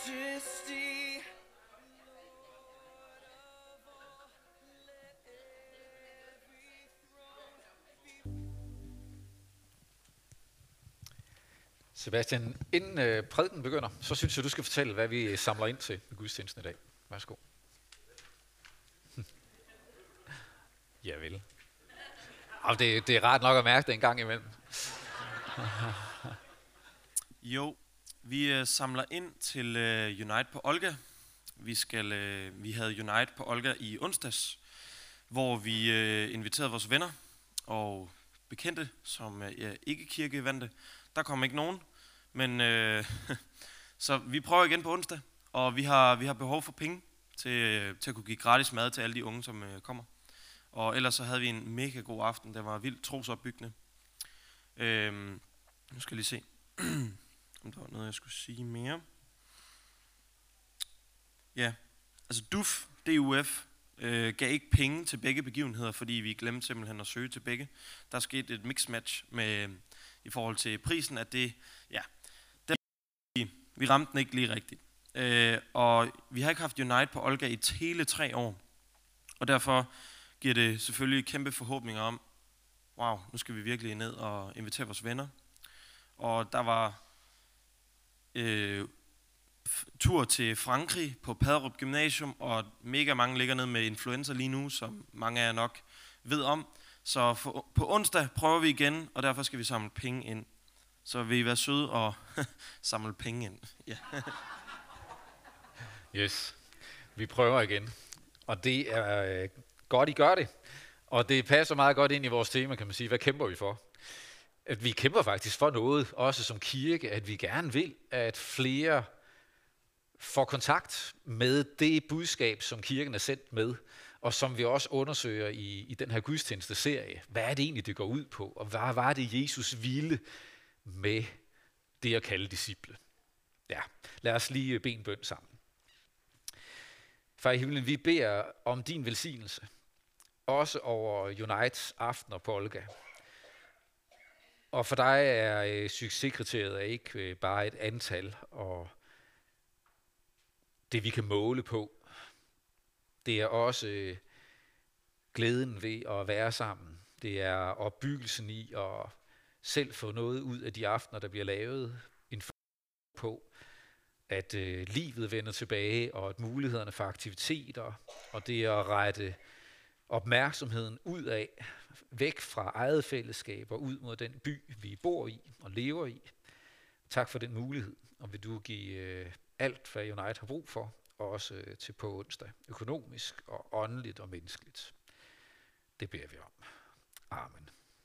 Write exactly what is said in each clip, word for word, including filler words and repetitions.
majesty. Sebastian, inden øh, prædiken begynder, så synes jeg, du skal fortælle, hvad vi samler ind til i gudstjenesten i dag. Værsgo. Ja vel. Og det, det er rart nok at mærke det en gang imellem. Jo, vi øh, samler ind til øh, Unite på Olga. Vi, skal, øh, vi havde Unite på Olga i onsdags, hvor vi øh, inviterede vores venner og bekendte, som øh, ikke kirkevandte. Der kom ikke nogen, men øh, så vi prøver igen på onsdag, og vi har, vi har behov for penge til, til at kunne give gratis mad til alle de unge, som øh, kommer. Og ellers så havde vi en mega god aften, der var vildt trosopbyggende. Øh, nu skal jeg lige se, om der var noget, jeg skulle sige mere. Ja, altså D U F, D U F, øh, gav ikke penge til begge begivenheder, fordi vi glemte simpelthen at søge til begge. Der skete et mix-match med, i forhold til prisen, at det, ja, den, vi ramte den ikke lige rigtigt. Øh, og vi har ikke haft Unite på Olga i hele tre år, og derfor giver det selvfølgelig kæmpe forhåbninger om, wow, nu skal vi virkelig ned og invitere vores venner. Og der var øh, tur til Frankrig på Padderup Gymnasium, og mega mange ligger ned med influenza lige nu, som mange af jer nok ved om. Så for, på onsdag prøver vi igen, og derfor skal vi samle penge ind. Så vil I være søde og samle penge ind. Ja. Yes, vi prøver igen. Og det er øh, godt, I gør det. Og det passer meget godt ind i vores tema, kan man sige. Hvad kæmper vi for? At vi kæmper faktisk for noget, også som kirke, at vi gerne vil, at flere får kontakt med det budskab, som kirken er sendt med, og som vi også undersøger i, i den her gudstjeneste-serie. Hvad er det egentlig, det går ud på? Og hvad var det, Jesus ville med det at kalde disciple? Ja, lad os lige bede en bøn sammen. Far i himlen, vi beder om din velsignelse, også over Unites aftener på Olga. Og for dig er øh, succeskriteriet ikke øh, bare et antal og det, vi kan måle på. Det er også øh, glæden ved at være sammen. Det er opbyggelsen i at selv få noget ud af de aftener, der bliver lavet. En på, at øh, livet vender tilbage, og at mulighederne for aktiviteter, og det at rette opmærksomheden ud af, væk fra eget fællesskab og ud mod den by, vi bor i og lever i. Tak for den mulighed, og vil du give øh, alt, hvad Unite har brug for, også øh, til på onsdag, økonomisk og åndeligt og menneskeligt. Det beder vi om. Amen.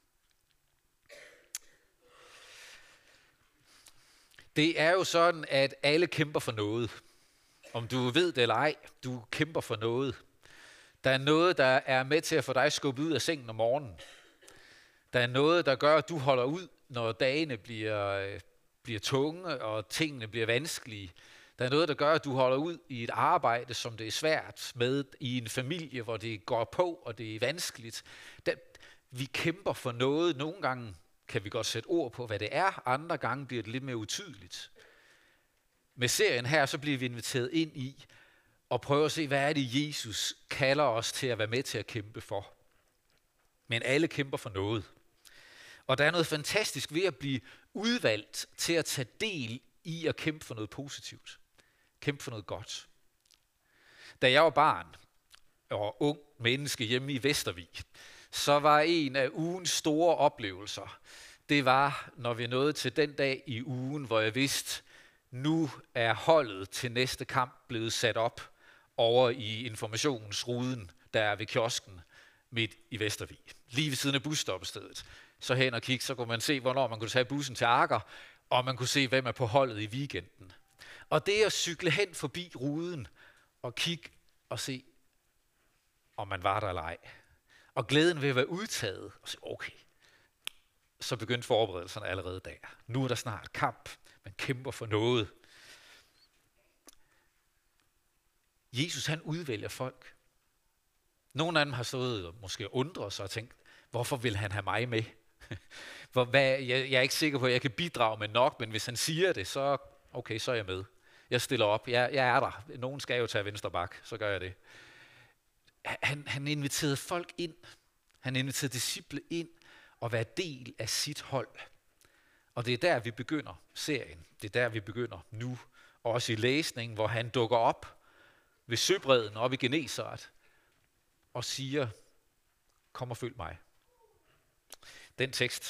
Det er jo sådan, at alle kæmper for noget. Om du ved det eller ej, du kæmper for noget. Der er noget, der er med til at få dig skubbet ud af sengen om morgenen. Der er noget, der gør, at du holder ud, når dagene bliver, bliver tunge, og tingene bliver vanskelige. Der er noget, der gør, at du holder ud i et arbejde, som det er svært med, i en familie, hvor det går på, og det er vanskeligt. Der, vi kæmper for noget. Nogle gange kan vi godt sætte ord på, hvad det er. Andre gange bliver det lidt mere utydeligt. Med serien her, så bliver vi inviteret ind i og prøve at se, hvad er det, Jesus kalder os til at være med til at kæmpe for. Men alle kæmper for noget. Og der er noget fantastisk ved at blive udvalgt til at tage del i at kæmpe for noget positivt. Kæmpe for noget godt. Da jeg var barn og ung menneske hjemme i Vestervig, så var en af ugens store oplevelser, det var, når vi nåede til den dag i ugen, hvor jeg vidste, nu er holdet til næste kamp blevet sat op over i informationsruden, der er ved kiosken midt i Vestervig. Lige ved siden af busstoppestedet. Så hen og kigge, så kunne man se, hvornår man kunne tage bussen til Akker, og man kunne se, hvem er på holdet i weekenden. Og det at cykle hen forbi ruden og kigge og se, om man var der eller ej. Og glæden ved at være udtaget og sige, okay, så begyndte forberedelserne allerede der. Nu er der snart kamp. Man kæmper for noget. Jesus, han udvælger folk. Nogle af dem har stået og måske undret sig og tænkt, hvorfor vil han have mig med? Hvor, hvad, jeg, jeg er ikke sikker på, at jeg kan bidrage med nok, men hvis han siger det, så okay, så er jeg med. Jeg stiller op. Jeg, jeg er der. Nogen skal jo tage venstre bak. Så gør jeg det. Han, han inviterede folk ind. Han inviterede disciple ind og være del af sit hold. Og det er der, vi begynder serien. Det er der, vi begynder nu. Også i læsningen, hvor han dukker op ved søbredden op i Genesaret og siger, kom og følg mig. Den tekst.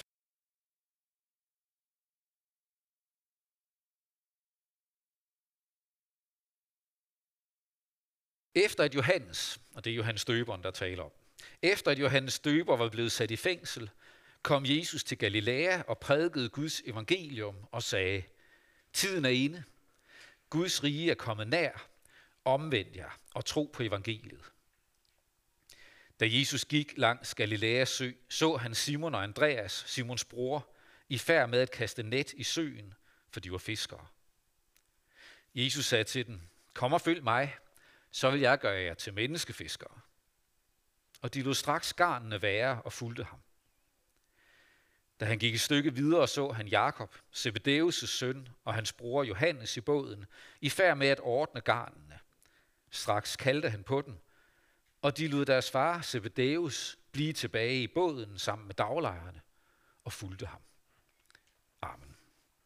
Efter at Johannes, og det er Johannes Døberen, der taler om, efter at Johannes Døber var blevet sat i fængsel, kom Jesus til Galilea og prædikede Guds evangelium og sagde, tiden er inde, Guds rige er kommet nær, omvend jer og tro på evangeliet. Da Jesus gik langs Galileas sø, så han Simon og Andreas, Simons bror, i færd med at kaste net i søen, for de var fiskere. Jesus sagde til dem, kom og følg mig, så vil jeg gøre jer til menneskefiskere. Og de lod straks garnene være og fulgte ham. Da han gik et stykke videre, så han Jakob, Zebedeus' søn, og hans bror Johannes i båden, i færd med at ordne garnene. Straks kaldte han på dem, og de lod deres far Zebedeus blive tilbage i båden sammen med daglejerne og fulgte ham. Amen.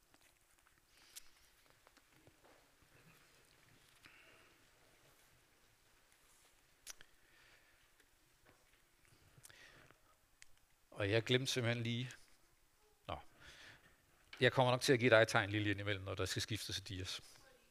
Og jeg glemte simpelthen lige. Nå. Jeg kommer nok til at give dig et tegn lige indimellem, når der skal skiftes til Dias.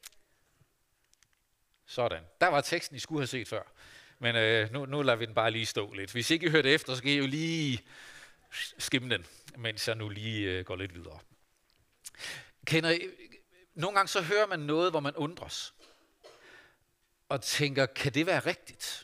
Sådan. Der var teksten, I skulle have set før. Men øh, nu, nu lader vi den bare lige stå lidt. Hvis I ikke hørte efter, så kan I jo lige skimme den, mens jeg nu lige øh, går lidt videre. Kender I, nogle gange så hører man noget, hvor man undres. Og tænker, kan det være rigtigt?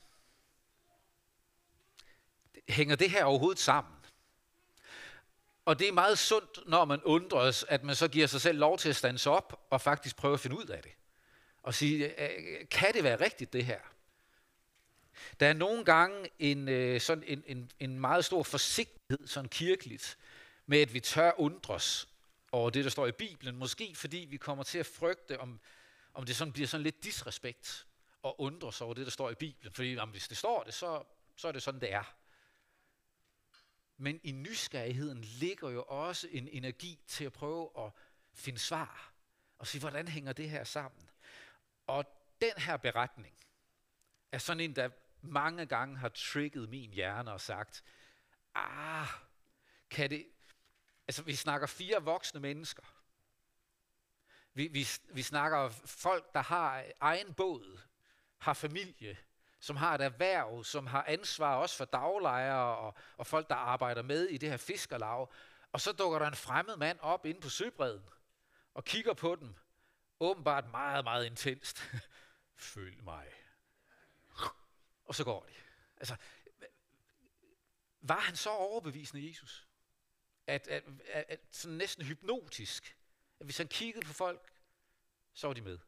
Hænger det her overhovedet sammen? Og det er meget sundt, når man undres, at man så giver sig selv lov til at stands op og faktisk prøve at finde ud af det. Og sige, kan det være rigtigt det her? Der er nogle gange en, sådan en, en, en meget stor forsigtighed, sådan kirkeligt, med at vi tør undres over det, der står i Bibelen. Måske fordi vi kommer til at frygte, om, om det sådan bliver sådan lidt disrespekt og undres over det, der står i Bibelen. Fordi jamen, hvis det står det, så, så er det sådan, det er. Men i nysgerrigheden ligger jo også en energi til at prøve at finde svar. Og sige, hvordan hænger det her sammen? Og den her beretning er sådan en, der mange gange har trigget min hjerne og sagt, ah, kan det... Altså, vi snakker fire voksne mennesker. Vi, vi, vi snakker folk, der har egen båd, har familie, som har et erhverv, som har ansvar også for daglejere og, og folk, der arbejder med i det her fiskerlag. Og så dukker der en fremmed mand op inde på søbredden og kigger på dem. Åbenbart meget, meget intenst. Følg mig. Og så går de. Altså, var han så overbevisende, Jesus? At, at, at, at sådan næsten hypnotisk, at hvis han kiggede på folk, så var de med.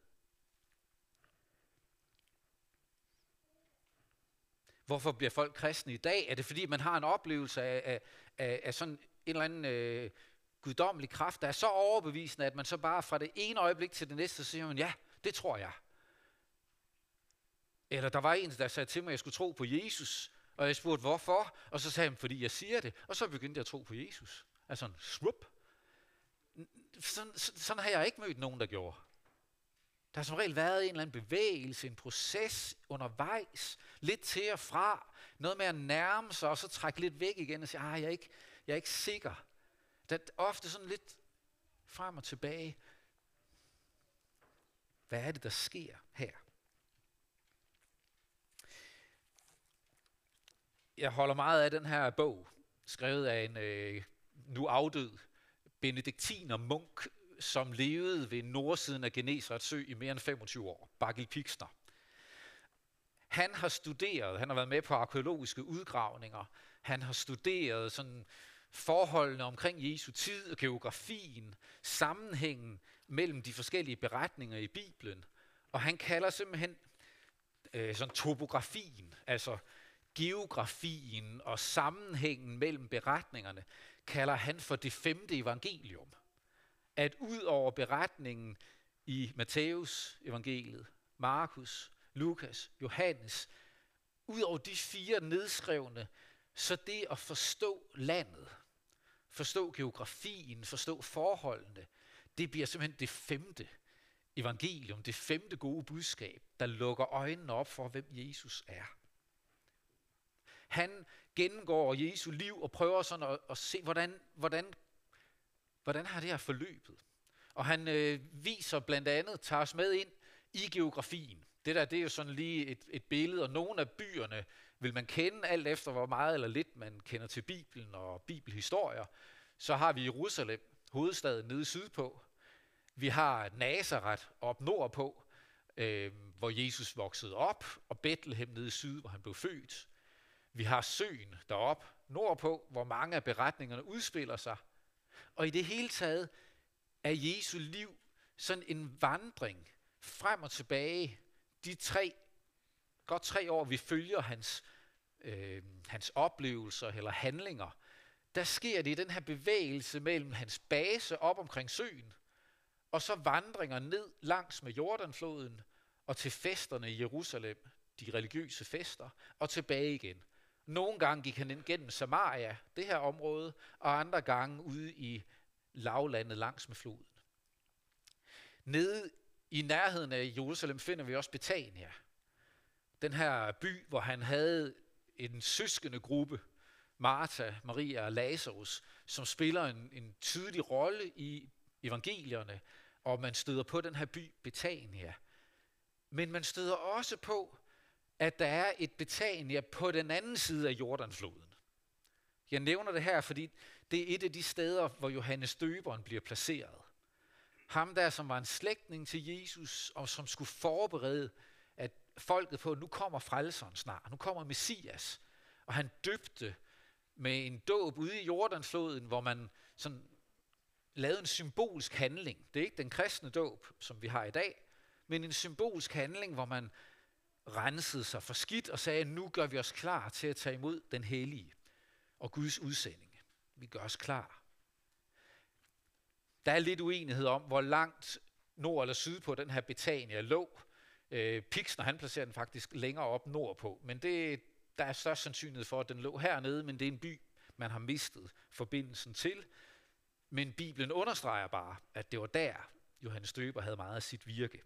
Hvorfor bliver folk kristne i dag? Er det fordi, man har en oplevelse af, af, af, af sådan en eller anden øh, guddommelig kraft, der er så overbevisende, at man så bare fra det ene øjeblik til det næste, så siger man, ja, det tror jeg. Eller der var en, der sagde til mig, at jeg skulle tro på Jesus, og jeg spurgte, hvorfor? Og så sagde han, fordi jeg siger det. Og så begyndte jeg at tro på Jesus. Altså en swoop. Sådan, sådan har jeg ikke mødt nogen, der gjorde. Der har som regel været en eller anden bevægelse, en proces undervejs, lidt til og fra, noget med at nærme sig, og så trække lidt væk igen og sige, ah, jeg er ikke, jeg er ikke sikker. Der er ofte sådan lidt frem og tilbage. Hvad er det, der sker her? Jeg holder meget af den her bog, skrevet af en øh, nu afdød benediktiner munk, som levede ved nordsiden af Genesarets sø i mere end femogtyve år, Baggil Pixner. Han har studeret, han har været med på arkæologiske udgravninger, han har studeret sådan forholdene omkring Jesu tid, geografien, sammenhængen mellem de forskellige beretninger i Bibelen, og han kalder simpelthen øh, sådan topografien, altså geografien og sammenhængen mellem beretningerne, kalder han for det femte evangelium. At ud over beretningen i Matthæus evangeliet, Markus, Lukas, Johannes. Udover de fire nedskrevne, så det at forstå landet, forstå geografien, forstå forholdene, det bliver simpelthen det femte evangelium, det femte gode budskab, der lukker øjnene op for, hvem Jesus er. Han gennemgår Jesu liv og prøver sådan at, at se, hvordan, hvordan, hvordan har det her forløbet. Og han øh, viser blandt andet, tager os med ind i geografien. Det der, det er jo sådan lige et, et billede, og nogle af byerne vil man kende, alt efter hvor meget eller lidt man kender til Bibelen og bibelhistorier. Så har vi Jerusalem, hovedstaden nede sydpå. Vi har Nazareth op nordpå, øh, hvor Jesus voksede op, og Bethlehem nede syd, hvor han blev født. Vi har søen derop nordpå, hvor mange af beretningerne udspiller sig. Og i det hele taget er Jesu liv sådan en vandring frem og tilbage. De tre, godt tre år, vi følger hans, øh, hans oplevelser eller handlinger, der sker det i den her bevægelse mellem hans base op omkring søen, og så vandringer ned langs med Jordanfloden og til festerne i Jerusalem, de religiøse fester, og tilbage igen. Nogle gange gik han ind gennem Samaria, det her område, og andre gange ude i lavlandet langs med floden. Nede i nærheden af Jerusalem finder vi også Betania. Den her by, hvor han havde en søskende gruppe, Martha, Maria og Lazarus, som spiller en, en tydelig rolle i evangelierne, og man støder på den her by Betania. Men man støder også på, at der er et Betania på den anden side af Jordanfloden. Jeg nævner det her, fordi det er et af de steder, hvor Johannes Døberen bliver placeret. Ham der, som var en slægtning til Jesus, og som skulle forberede at folket på, at nu kommer frelseren snart, nu kommer Messias. Og han døbte med en dåb ude i Jordanfloden, hvor man sådan lavede en symbolsk handling. Det er ikke den kristne dåb, som vi har i dag, men en symbolsk handling, hvor man rensede sig for skidt og sagde, nu gør vi os klar til at tage imod den hellige og Guds udsending. Vi gør os klar. Der er lidt uenighed om, hvor langt nord eller syd på den her Betania lå. Øh, Pixner, han placerer den faktisk længere op nordpå, men det, der er størst sandsynlighed for, at den lå hernede, men det er en by, man har mistet forbindelsen til. Men Bibelen understreger bare, at det var der, Johannes Døber havde meget af sit virke.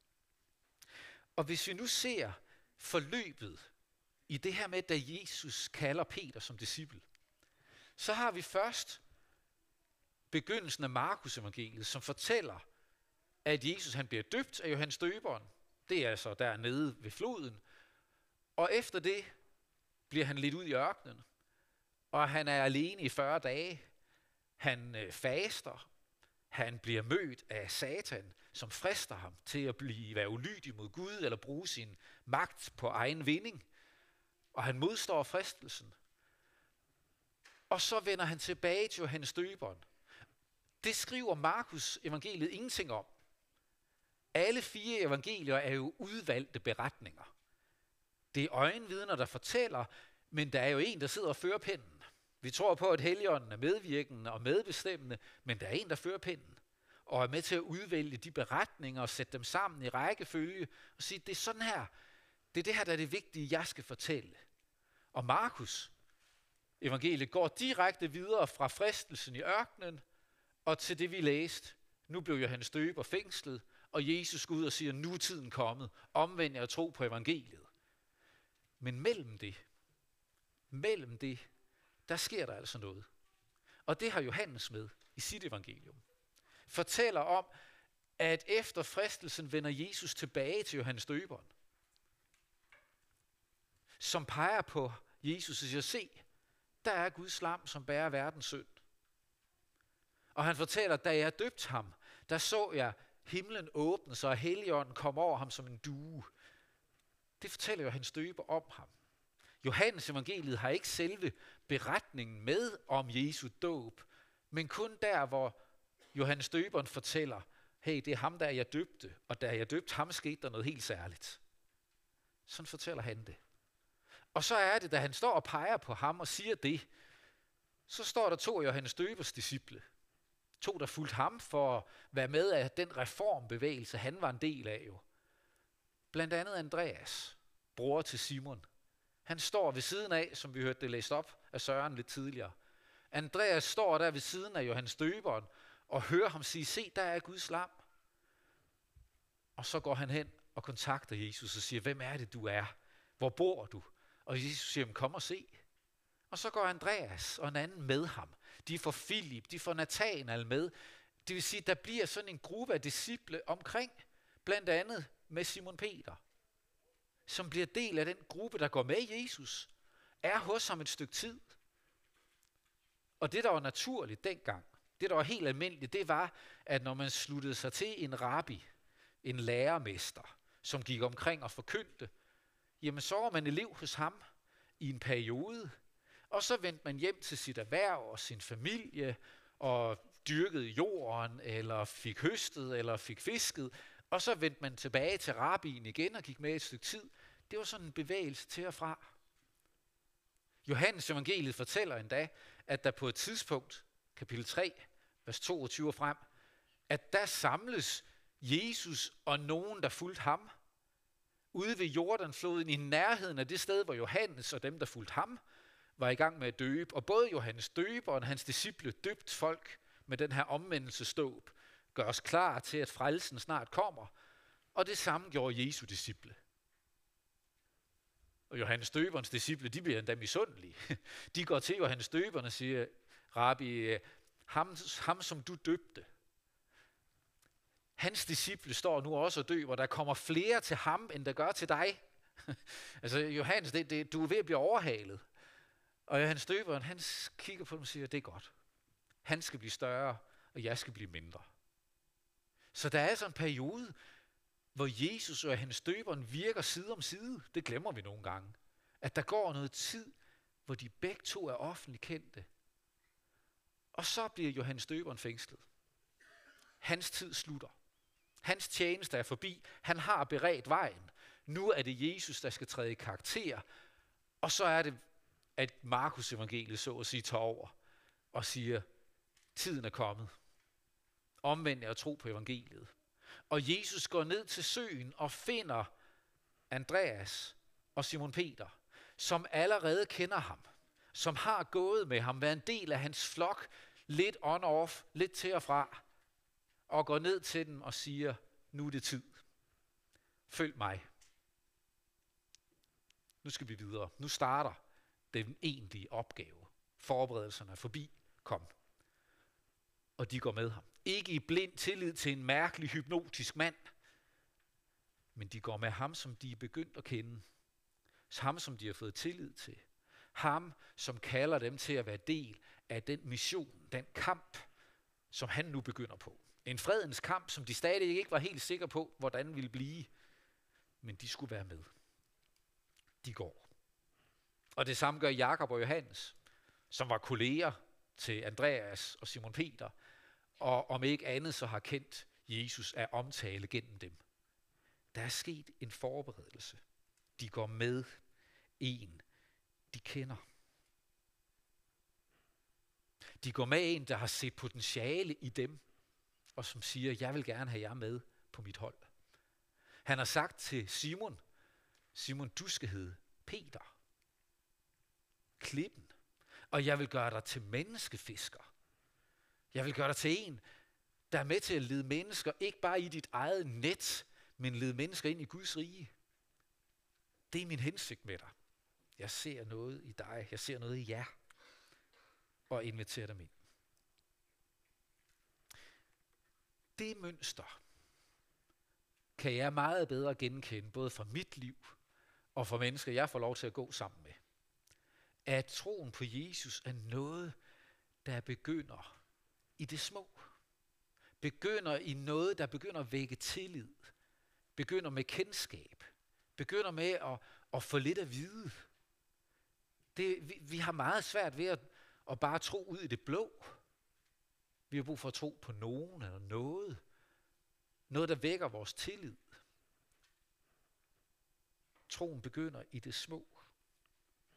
Og hvis vi nu ser forløbet i det her med, da Jesus kalder Peter som disciple, så har vi først begyndelsen af Markus evangeliet, som fortæller, at Jesus han bliver døbt af Johannes Døberen. Det er altså dernede ved floden. Og efter det bliver han lidt ud i ørkenen, og han er alene i fyrre dage. Han øh, faster. Han bliver mødt af Satan, som frister ham til at blive, være ulydig mod Gud eller bruge sin magt på egen vinding. Og han modstår fristelsen. Og så vender han tilbage til Johannes Døberen. Det skriver Markus evangeliet ingenting om. Alle fire evangelier er jo udvalgte beretninger. Det er øjenvidner, der fortæller, men der er jo en, der sidder og fører pennen. Vi tror på, at Helligånden er medvirkende og medbestemmende, men der er en, der fører pennen og er med til at udvælge de beretninger og sætte dem sammen i rækkefølge og sige, det er sådan her, det er det her, der er det vigtige, jeg skal fortælle. Og Markus evangeliet går direkte videre fra fristelsen i ørkenen og til det, vi læste. Nu blev Johannes Døber fængslet, og Jesus går ud og siger, nu er tiden kommet, omvend jer og tro på evangeliet. Men mellem det, mellem det, der sker der altså noget. Og det har Johannes med i sit evangelium. Fortæller om, at efter fristelsen vender Jesus tilbage til Johannes Døberen, som peger på Jesus og siger, se, der er Guds lam, som bærer verdens synd. Og han fortæller, da jeg døbte ham, der så jeg himlen åbne, så Helligånden kom over ham som en due. Det fortæller Johannes Døber om ham. Johannes evangeliet har ikke selve beretningen med om Jesu dåb, men kun der, hvor Johannes Døberen fortæller, hey, det er ham, der jeg døbte, og da jeg døbte ham, skete der noget helt særligt. Sådan fortæller han det. Og så er det, da han står og peger på ham og siger det, så står der to af Johannes Døbers disciple. To, der fulgte ham for at være med af den reformbevægelse, han var en del af jo. Blandt andet Andreas, bror til Simon. Han står ved siden af, som vi hørte det læst op af Søren lidt tidligere. Andreas står der ved siden af Johannes Døberen og hører ham sige, se, der er Guds lam. Og så går han hen og kontakter Jesus og siger, hvem er det, du er? Hvor bor du? Og Jesus siger, kom og se. Og så går Andreas og en anden med ham. De får Filip, de får Nathanael med. Det vil sige, der bliver sådan en gruppe af disciple omkring, blandt andet med Simon Peter, som bliver del af den gruppe, der går med Jesus, er hos ham et stykke tid. Og det, der var naturligt dengang, det, der var helt almindeligt, det var, at når man sluttede sig til en rabbi, en lærermester, som gik omkring og forkyndte, jamen så var man elev hos ham i en periode, og så vendte man hjem til sit erhverv og sin familie, og dyrkede jorden, eller fik høstet, eller fik fisket, og så vendte man tilbage til rabbien igen og gik med et stykke tid. Det var sådan en bevægelse til og fra. Johannes evangeliet fortæller endda, at der på et tidspunkt, kapitel tre, vers toogtyve frem, at der samles Jesus og nogen, der fulgte ham, ude ved Jordanfloden i nærheden af det sted, hvor Johannes og dem, der fulgte ham, var i gang med at døbe. Og både Johannes døber og hans disciple døbt folk med den her omvendelsesdåb, gør os klar til, at frelsen snart kommer. Og det samme gjorde Jesu disciple. Og Johannes døberens disciple, de bliver endda misundelige. De går til Johannes døberen og siger, Rabbi, ham, ham som du døbte, hans disciple står nu også og døber. Der kommer flere til ham, end der gør til dig. Altså Johannes, det, det, du er ved at blive overhalet. Og Johannes døberen, han kigger på dem og siger, det er godt. Han skal blive større, og jeg skal blive mindre. Så der er altså en periode, hvor Jesus og Johannes døberen virker side om side. Det glemmer vi nogle gange. At der går noget tid, hvor de begge to er offentligt kendte. Og så bliver Johannes døberen fængslet. Hans tid slutter. Hans tjeneste er forbi. Han har beredt vejen. Nu er det Jesus, der skal træde i karakter. Og så er det, at Markus evangeliet så at sige tager over og siger, tiden er kommet. Omvend jer og tro på evangeliet. Og Jesus går ned til søen og finder Andreas og Simon Peter, som allerede kender ham, som har gået med ham, været en del af hans flok, lidt on-off, lidt til og fra, og går ned til dem og siger, nu er det tid. Følg mig. Nu skal vi videre. Nu starter den egentlige opgave. Forberedelserne er forbi. Kom. Og de går med ham. Ikke i blind tillid til en mærkelig hypnotisk mand, men de går med ham, som de er begyndt at kende. Ham, som de har fået tillid til. Ham, som kalder dem til at være del af den mission, den kamp, som han nu begynder på. En fredens kamp, som de stadig ikke var helt sikre på, hvordan ville blive. Men de skulle være med. De går. Og det samme gør Jakob og Johannes, som var kolleger til Andreas og Simon Peter, og om ikke andet så har kendt Jesus af omtale gennem dem. Der er sket en forberedelse. De går med en, de kender. De går med en, der har set potentiale i dem, og som siger, jeg vil gerne have jer med på mit hold. Han har sagt til Simon, Simon, du skal hedde Peter. Klippen. Og jeg vil gøre dig til menneskefisker. Jeg vil gøre dig til en, der er med til at lede mennesker, ikke bare i dit eget net, men lede mennesker ind i Guds rige. Det er min hensigt med dig. Jeg ser noget i dig, jeg ser noget i jer, og inviterer dem ind. Det mønster kan jeg meget bedre genkende, både fra mit liv og fra mennesker, jeg får lov til at gå sammen med. At troen på Jesus er noget, der begynder i det små. Begynder i noget, der begynder at vække tillid. Begynder med kendskab. Begynder med at, at få lidt at vide. Det, vi, vi har meget svært ved at, at bare tro ud i det blå. Vi har brug for at tro på nogen eller noget. Noget, der vækker vores tillid. Troen begynder i det små.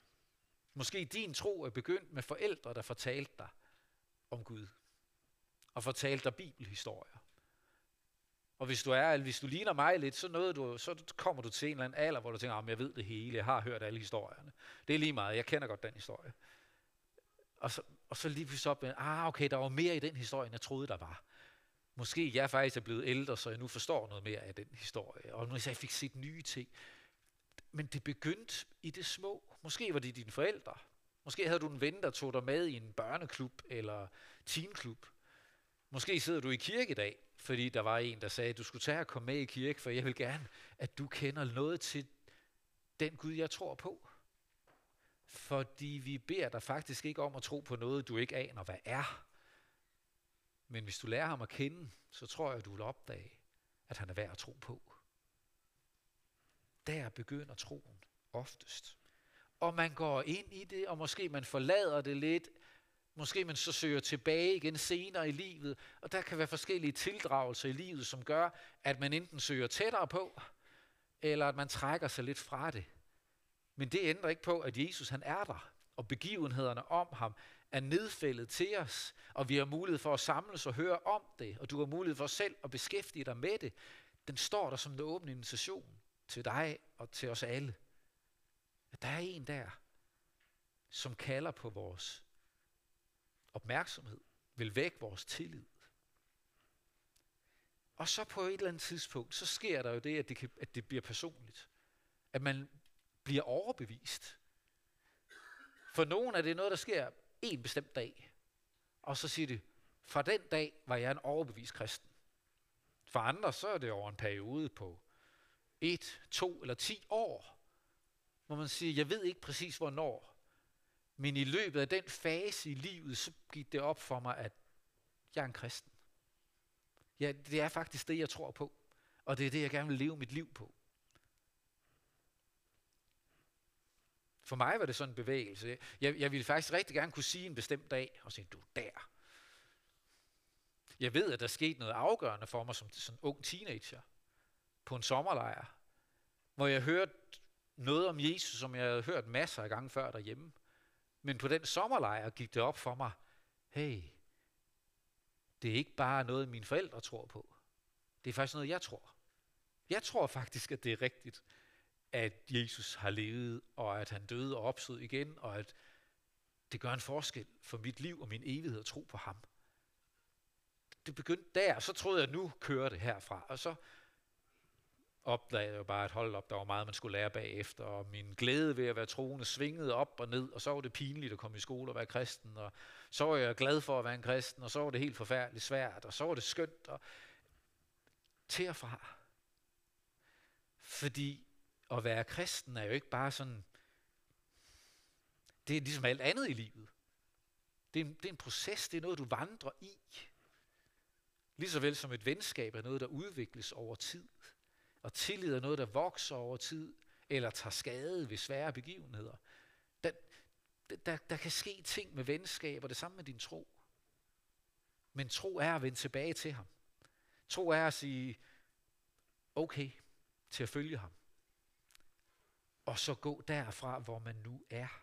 Måske din tro er begyndt med forældre, der fortalte dig om Gud. og fortælle dig bibelhistorier. Og hvis du er, hvis du ligner mig lidt, så, noget du, så kommer du til en eller anden alder, hvor du tænker, at jeg ved det hele, jeg har hørt alle historierne. Det er lige meget, jeg kender godt den historie. Og så, og så lige pludselig op med, ah okay, der var mere i den historie, end jeg troede, der var. Måske jeg faktisk er blevet ældre, så jeg nu forstår noget mere af den historie. Og nu jeg fik set nye ting. Men det begyndte i det små. Måske var det dine forældre. Måske havde du en ven, der tog dig med i en børneklub eller teenklub. Måske sidder du i kirke i dag, fordi der var en, der sagde, at du skulle tage og komme med i kirke, for jeg vil gerne, at du kender noget til den Gud, jeg tror på. Fordi vi beder dig faktisk ikke om at tro på noget, du ikke aner, hvad er. Men hvis du lærer ham at kende, så tror jeg, at du vil opdage, at han er værd at tro på. Der begynder troen oftest. Og man går ind i det, og måske man forlader det lidt. Måske man så søger tilbage igen senere i livet. Og der kan være forskellige tildragelser i livet, som gør, at man enten søger tættere på, eller at man trækker sig lidt fra det. Men det ændrer ikke på, at Jesus han er der, og begivenhederne om ham er nedfældet til os, og vi har mulighed for at samles og høre om det, og du har mulighed for selv at beskæftige dig med det. Den står der som en åben invitation til dig og til os alle. At der er en der, som kalder på vores opmærksomhed, vil vække vores tillid. Og så på et eller andet tidspunkt, så sker der jo det, at det, kan, at det bliver personligt. At man bliver overbevist. For nogen er det noget, der sker en bestemt dag. Og så siger de, fra den dag var jeg en overbevist kristen. For andre, så er det over en periode på et, to eller ti år, hvor man siger, jeg ved ikke præcis hvornår, men i løbet af den fase i livet, så gik det op for mig, at jeg er en kristen. Ja, det er faktisk det, jeg tror på, og det er det, jeg gerne vil leve mit liv på. For mig var det sådan en bevægelse. Jeg, jeg ville faktisk rigtig gerne kunne sige en bestemt dag, og sige, du er der. Jeg ved, at der skete noget afgørende for mig som sådan en ung teenager, på en sommerlejr, hvor jeg hørte noget om Jesus, som jeg havde hørt masser af gange før derhjemme. Men på den sommerlejr gik det op for mig, hey, det er ikke bare noget, mine forældre tror på. Det er faktisk noget, jeg tror. Jeg tror faktisk, at det er rigtigt, at Jesus har levet, og at han døde og opstod igen, og at det gør en forskel for mit liv og min evighed at tro på ham. Det begyndte der, og så troede jeg, at nu kører det herfra. Og så opdagede jeg jo bare, at hold op, der var meget, man skulle lære bagefter, og min glæde ved at være troende svingede op og ned, og så var det pinligt at komme i skole og være kristen, og så var jeg glad for at være en kristen, og så var det helt forfærdeligt svært, og så var det skønt, og til og fra. Fordi at være kristen er jo ikke bare sådan, det er ligesom alt andet i livet. Det er en, det er en proces, det er noget, du vandrer i. Lige så vel som et venskab er noget, der udvikles over tid. Og tillid er noget, der vokser over tid, eller tager skade ved svære begivenheder. Der, der, der kan ske ting med venskab, og det samme med din tro. Men tro er at vende tilbage til ham. Tro er at sige, okay, til at følge ham. Og så gå derfra, hvor man nu er.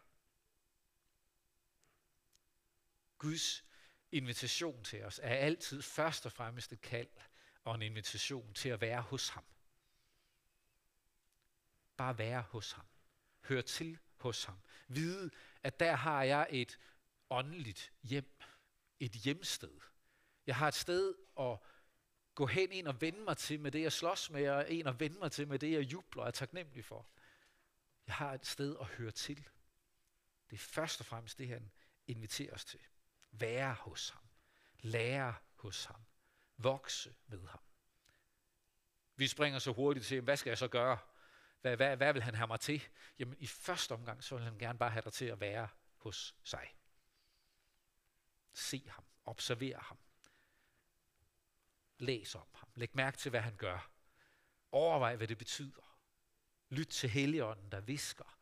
Guds invitation til os er altid først og fremmest et kald og en invitation til at være hos ham. Bare være hos ham. Hør til hos ham. Vide, at der har jeg et åndeligt hjem. Et hjemsted. Jeg har et sted at gå hen ind og vende mig til med det, jeg slås med, og en at vende mig til med det, jeg jubler og er taknemmelig for. Jeg har et sted at høre til. Det er først og fremmest det, han inviterer os til. Være hos ham. Lære hos ham. Vokse ved ham. Vi springer så hurtigt til, hvad skal jeg så gøre? Hvad, hvad, hvad vil han have mig til? Jamen i første omgang, så vil han gerne bare have dig til at være hos sig. Se ham. Observer ham. Læs om ham. Læg mærke til, hvad han gør. Overvej, hvad det betyder. Lyt til Helligånden, der hvisker.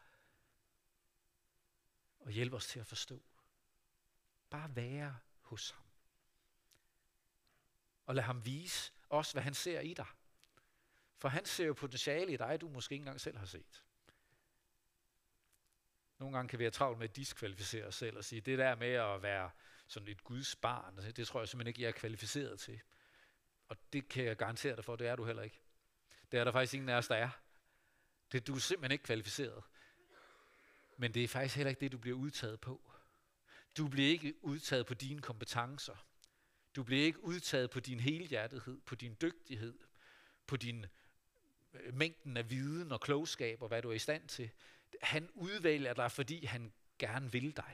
Og hjælp os til at forstå. Bare være hos ham. Og lad ham vise også, hvad han ser i dig. For han ser jo potentiale i dig, du måske ikke engang selv har set. Nogle gange kan vi have travlt med at diskvalificere os selv og sige, det der med at være sådan et Guds barn. Det tror jeg simpelthen ikke, jeg er kvalificeret til. Og det kan jeg garantere dig for, det er du heller ikke. Det er der faktisk ingen af os, der er. Det, du er simpelthen ikke kvalificeret. Men det er faktisk heller ikke det, du bliver udtaget på. Du bliver ikke udtaget på dine kompetencer. Du bliver ikke udtaget på din helhjertethed, på din dygtighed, på din øh, mængden af viden og klogskab og hvad du er i stand til. Han udvælger dig, fordi han gerne vil dig.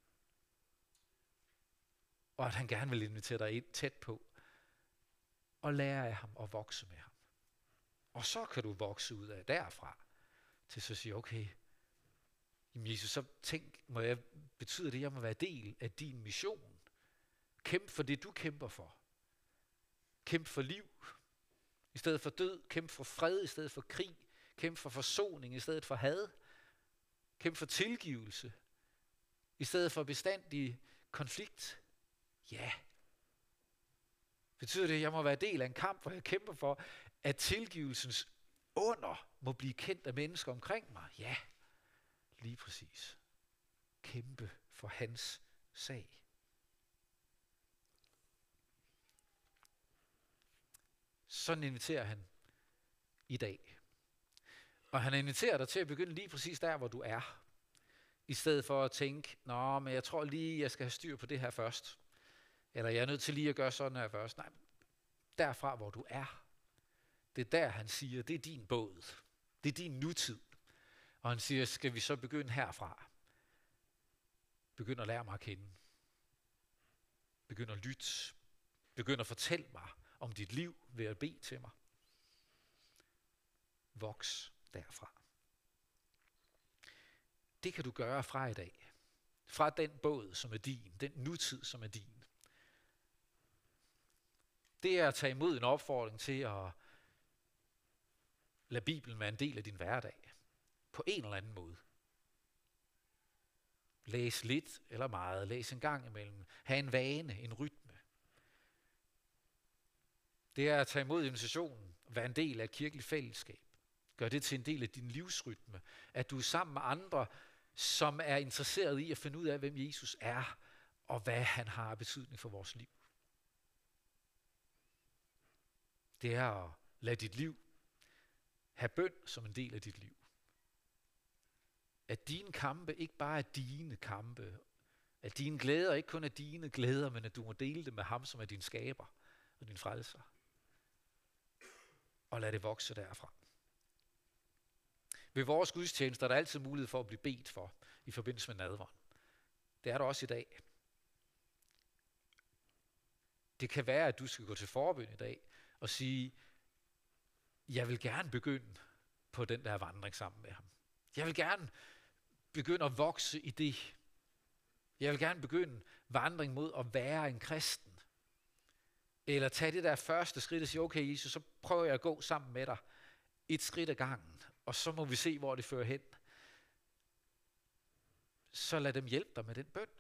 Og at han gerne vil invitere dig ind tæt på. Og lære af ham og vokse med ham. Og så kan du vokse ud af derfra, til så at sige, okay, jamen Jesus, så tænk, må jeg, betyder det, at jeg må være del af din mission? Kæmp for det, du kæmper for. Kæmp for liv i stedet for død. Kæmp for fred i stedet for krig. Kæmp for forsoning i stedet for had. Kæmp for tilgivelse i stedet for bestandig konflikt. Ja. Betyder det, at jeg må være del af en kamp, hvor jeg kæmper for, at tilgivelsens under må blive kendt af mennesker omkring mig? Ja, lige præcis. Kæmpe for hans sag. Sådan inviterer han i dag. Og han inviterer dig til at begynde lige præcis der, hvor du er. I stedet for at tænke, nå, men jeg tror lige, jeg skal have styr på det her først. Eller jeg er nødt til lige at gøre sådan her først. Nej, derfra, hvor du er. Det er der, han siger, det er din båd. Det er din nutid. Og han siger, skal vi så begynde herfra? Begynd at lære mig at kende. Begynd at lytte. Begynd at fortælle mig om dit liv ved at bede til mig. Voks derfra. Det kan du gøre fra i dag. Fra den båd, som er din. Den nutid, som er din. Det er at tage imod en opfordring til at lade Bibelen være en del af din hverdag. På en eller anden måde. Læs lidt eller meget. Læs en gang imellem. Ha' en vane, en rytme. Det er at tage imod invitationen. Være en del af et kirkeligt fællesskab. Gør det til en del af din livsrytme. At du er sammen med andre, som er interesseret i at finde ud af, hvem Jesus er, og hvad han har af betydning for vores liv. Det er at lade dit liv have bøn som en del af dit liv. At dine kampe ikke bare er dine kampe. At dine glæder ikke kun er dine glæder, men at du må dele det med ham, som er din skaber og din frelser. Og lad det vokse derfra. Ved vores gudstjenester er der altid mulighed for at blive bedt for i forbindelse med nadveren. Det er der også i dag. Det kan være, at du skal gå til forbøn i dag og sige, jeg vil gerne begynde på den der vandring sammen med ham. Jeg vil gerne begynde at vokse i det. Jeg vil gerne begynde vandring mod at være en kristen. Eller tage det der første skridt og sige, okay Jesus, så prøver jeg at gå sammen med dig et skridt ad gangen, og så må vi se, hvor det fører hen. Så lad dem hjælpe dig med den bøn.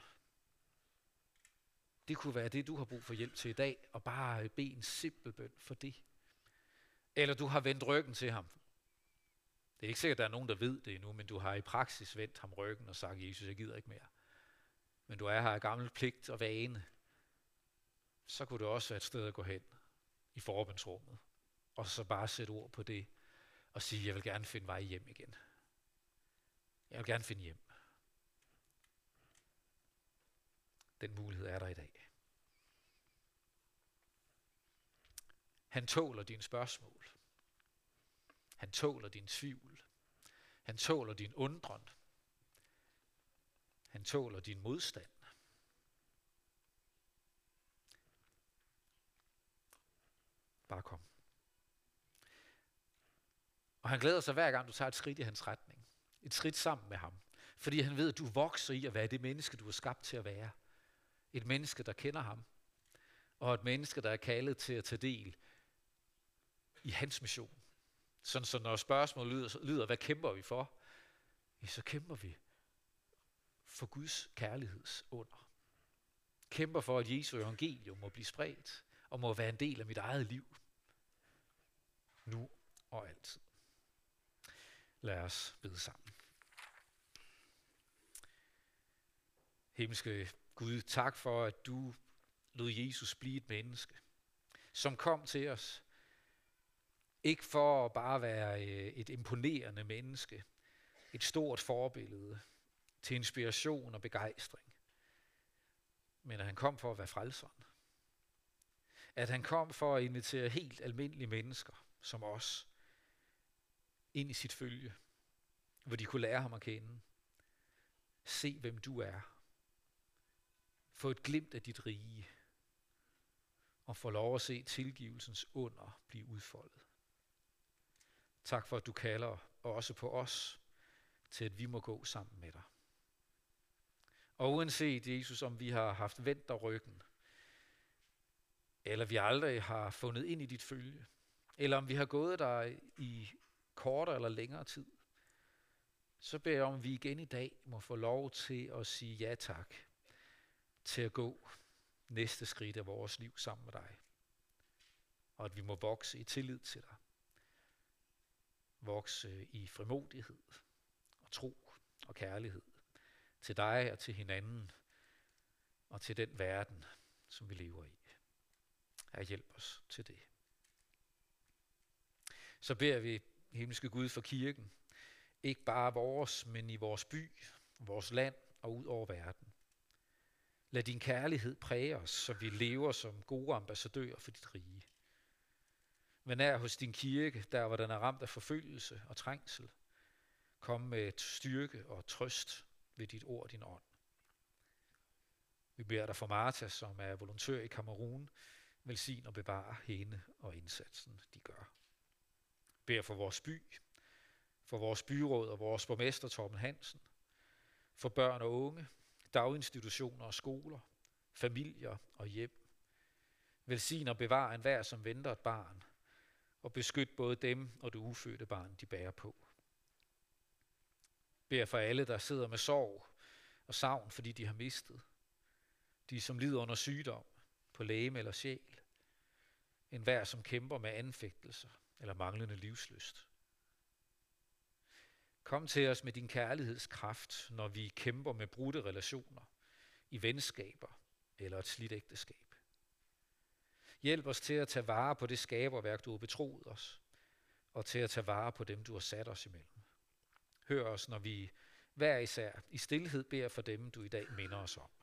Det kunne være det, du har brug for hjælp til i dag, og bare bede en simpel bøn for det. Eller du har vendt ryggen til ham. Det er ikke sikkert, at der er nogen, der ved det endnu, men du har i praksis vendt ham ryggen og sagt, Jesus, jeg gider ikke mere. Men du er her af gammel pligt og vane. Så kunne det også være et sted at gå hen i forbønsrummet, og så bare sætte ord på det, og sige, jeg vil gerne finde vej hjem igen. Jeg vil gerne finde hjem. Den mulighed er der i dag. Han tåler dine spørgsmål. Han tåler din tvivl. Han tåler din undren. Han tåler din modstand. Bare kom. Og han glæder sig hver gang, du tager et skridt i hans retning. Et skridt sammen med ham. Fordi han ved, at du vokser i at være det menneske, du er skabt til at være. Et menneske, der kender ham. Og et menneske, der er kaldet til at tage del i hans mission. Sådan så når spørgsmålet lyder, lyder, hvad kæmper vi for? Ja, så kæmper vi for Guds kærlighedsunder. Kæmper for, at Jesu evangelium må blive spredt, og må være en del af mit eget liv. Nu og altid. Lad os bede sammen. Himmelske Gud, tak for, at du lod Jesus blive et menneske, som kom til os, ikke for at bare være et imponerende menneske, et stort forbillede til inspiration og begejstring, men at han kom for at være frelseren. At han kom for at invitere helt almindelige mennesker, som os, ind i sit følge, hvor de kunne lære ham at kende. Se, hvem du er. Få et glimt af dit rige, og få lov at se tilgivelsens under blive udfoldet. Tak for, at du kalder også på os, til at vi må gå sammen med dig. Og uanset, Jesus, om vi har haft vendt dig ryggen, eller vi aldrig har fundet ind i dit følge, eller om vi har gået der i kortere eller længere tid, så beder jeg om, at vi igen i dag må få lov til at sige ja tak, til at gå næste skridt af vores liv sammen med dig. Og at vi må vokse i tillid til dig. Vokse i frimodighed og tro og kærlighed til dig og til hinanden og til den verden, som vi lever i. Herre, hjælp os til det. Så beder vi, himmelske Gud, for kirken, ikke bare vores, men i vores by, vores land og ud over verden. Lad din kærlighed præge os, så vi lever som gode ambassadører for dit rige. Vær nær hos din kirke, der hvor den er ramt af forfølgelse og trængsel. Kom med styrke og trøst ved dit ord og din ånd. Vi beder dig for Martha, som er volontør i Kamerun, velsign og bevare hende og indsatsen, de gør. Beder for vores by, for vores byråd og vores borgmester Torben Hansen, for børn og unge, daginstitutioner og skoler, familier og hjem. Velsign og bevare enhver, som venter et barn, og beskyt både dem og det ufødte barn, de bærer på. Beder for alle, der sidder med sorg og savn, fordi de har mistet. De, som lider under sygdom, på legeme eller sjæl. Enhver, som kæmper med anfægtelser eller manglende livslyst. Kom til os med din kærlighedskraft, når vi kæmper med brudte relationer, i venskaber eller et slidt ægteskab. Hjælp os til at tage vare på det skaberværk, du har betroet os, og til at tage vare på dem, du har sat os imellem. Hør os, når vi hver især i stilhed beder for dem, du i dag minder os om.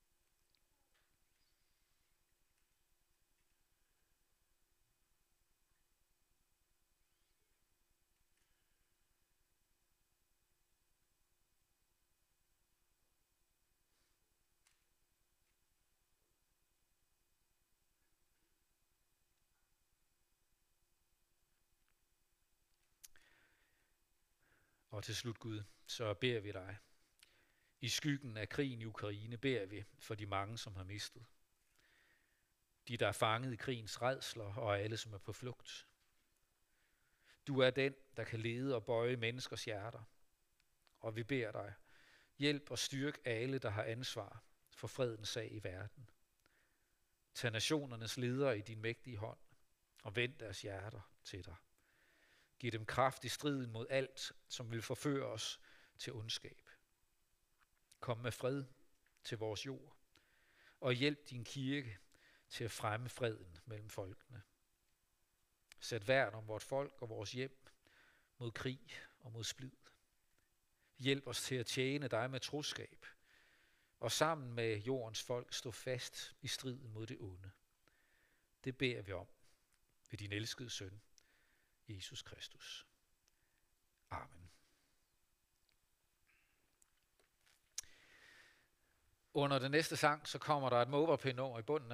Og til slut, Gud, så beder vi dig. I skyggen af krigen i Ukraine beder vi for de mange, som har mistet. De, der er fanget i krigens rædsler, og alle, som er på flugt. Du er den, der kan lede og bøje menneskers hjerter. Og vi beder dig, hjælp og styrk alle, der har ansvar for fredens sag i verden. Tag nationernes ledere i din mægtige hånd, og vend deres hjerter til dig. Giv dem kraft i striden mod alt, som vil forføre os til ondskab. Kom med fred til vores jord, og hjælp din kirke til at fremme freden mellem folkene. Sæt værn om vort folk og vores hjem mod krig og mod splid. Hjælp os til at tjene dig med troskab, og sammen med jordens folk stå fast i striden mod det onde. Det beder vi om ved din elskede søn, Jesus Kristus. Amen. Under den næste sang, så kommer der et moverpin over i bunden af